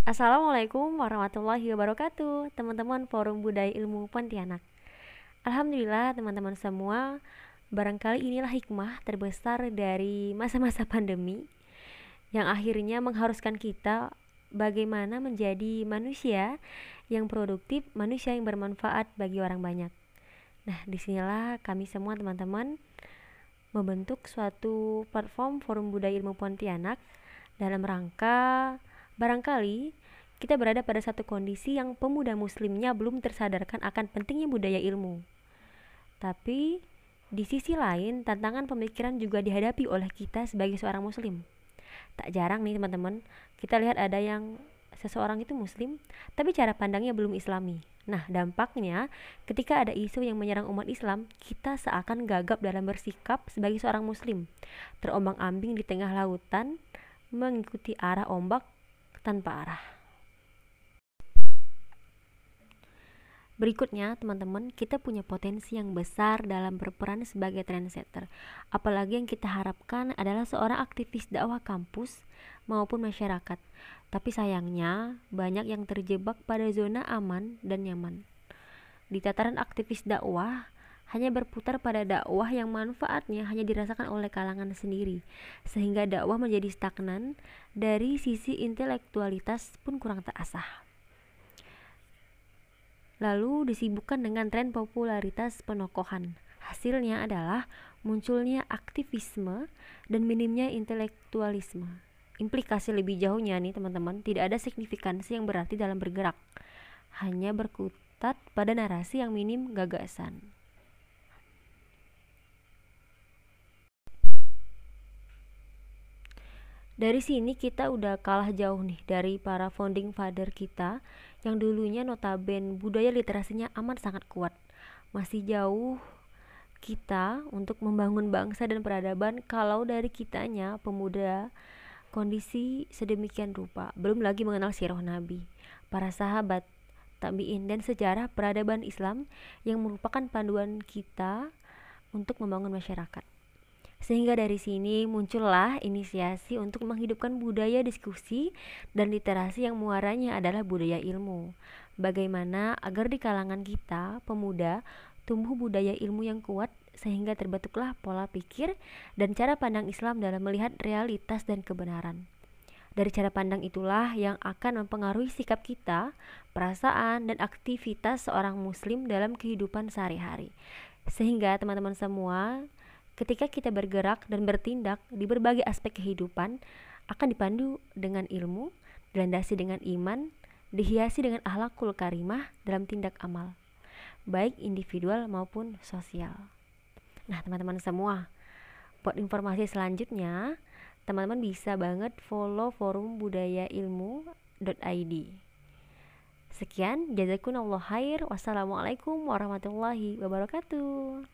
Assalamualaikum warahmatullahi wabarakatuh, teman-teman Forum Budaya Ilmu Pontianak. Alhamdulillah, teman-teman semua, barangkali inilah hikmah terbesar dari masa-masa pandemi yang akhirnya mengharuskan kita bagaimana menjadi manusia yang produktif, manusia yang bermanfaat bagi orang banyak. Nah, disinilah kami semua teman-teman membentuk suatu platform Forum Budaya Ilmu Pontianak dalam rangka barangkali kita berada pada satu kondisi yang pemuda muslimnya belum tersadarkan akan pentingnya budaya ilmu. Tapi di sisi lain, tantangan pemikiran juga dihadapi oleh kita sebagai seorang muslim. Tak jarang nih teman-teman, kita lihat ada yang seseorang itu muslim, tapi cara pandangnya belum islami. Nah, dampaknya ketika ada isu yang menyerang umat Islam, kita seakan gagap dalam bersikap sebagai seorang muslim, terombang-ambing di tengah lautan, mengikuti arah ombak tanpa arah. Berikutnya, teman-teman, kita punya potensi yang besar dalam berperan sebagai trendsetter. Apalagi yang kita harapkan adalah seorang aktivis dakwah kampus maupun masyarakat. Tapi sayangnya, banyak yang terjebak pada zona aman dan nyaman. Di tataran aktivis dakwah, hanya berputar pada dakwah yang manfaatnya hanya dirasakan oleh kalangan sendiri, sehingga dakwah menjadi stagnan, dari sisi intelektualitas pun kurang terasah. Lalu disibukkan dengan tren popularitas penokohan. Hasilnya adalah munculnya aktivisme dan minimnya intelektualisme. Implikasi lebih jauhnya nih teman-teman, tidak ada signifikansi yang berarti dalam bergerak, hanya berkutat pada narasi yang minim gagasan. Dari sini kita udah kalah jauh nih dari para founding father kita yang dulunya notaben budaya literasinya amat sangat kuat. Masih jauh kita untuk membangun bangsa dan peradaban kalau dari kitanya pemuda kondisi sedemikian rupa, belum lagi mengenal sirah Nabi, para sahabat, tabi'in, dan sejarah peradaban Islam yang merupakan panduan kita untuk membangun masyarakat. Sehingga dari sini muncullah inisiasi untuk menghidupkan budaya diskusi dan literasi yang muaranya adalah budaya ilmu. Bagaimana agar di kalangan kita, pemuda, tumbuh budaya ilmu yang kuat sehingga terbentuklah pola pikir dan cara pandang Islam dalam melihat realitas dan kebenaran. Dari cara pandang itulah yang akan mempengaruhi sikap kita, perasaan, dan aktivitas seorang muslim dalam kehidupan sehari-hari. Sehingga teman-teman semua, ketika kita bergerak dan bertindak di berbagai aspek kehidupan, akan dipandu dengan ilmu, dilandasi dengan iman, dihiasi dengan akhlakul karimah dalam tindak amal, baik individual maupun sosial. Nah, teman-teman semua, buat informasi selanjutnya, teman-teman bisa banget follow forum budaya ilmu.id. Sekian, jazakumullah khair. Wassalamualaikum warahmatullahi wabarakatuh.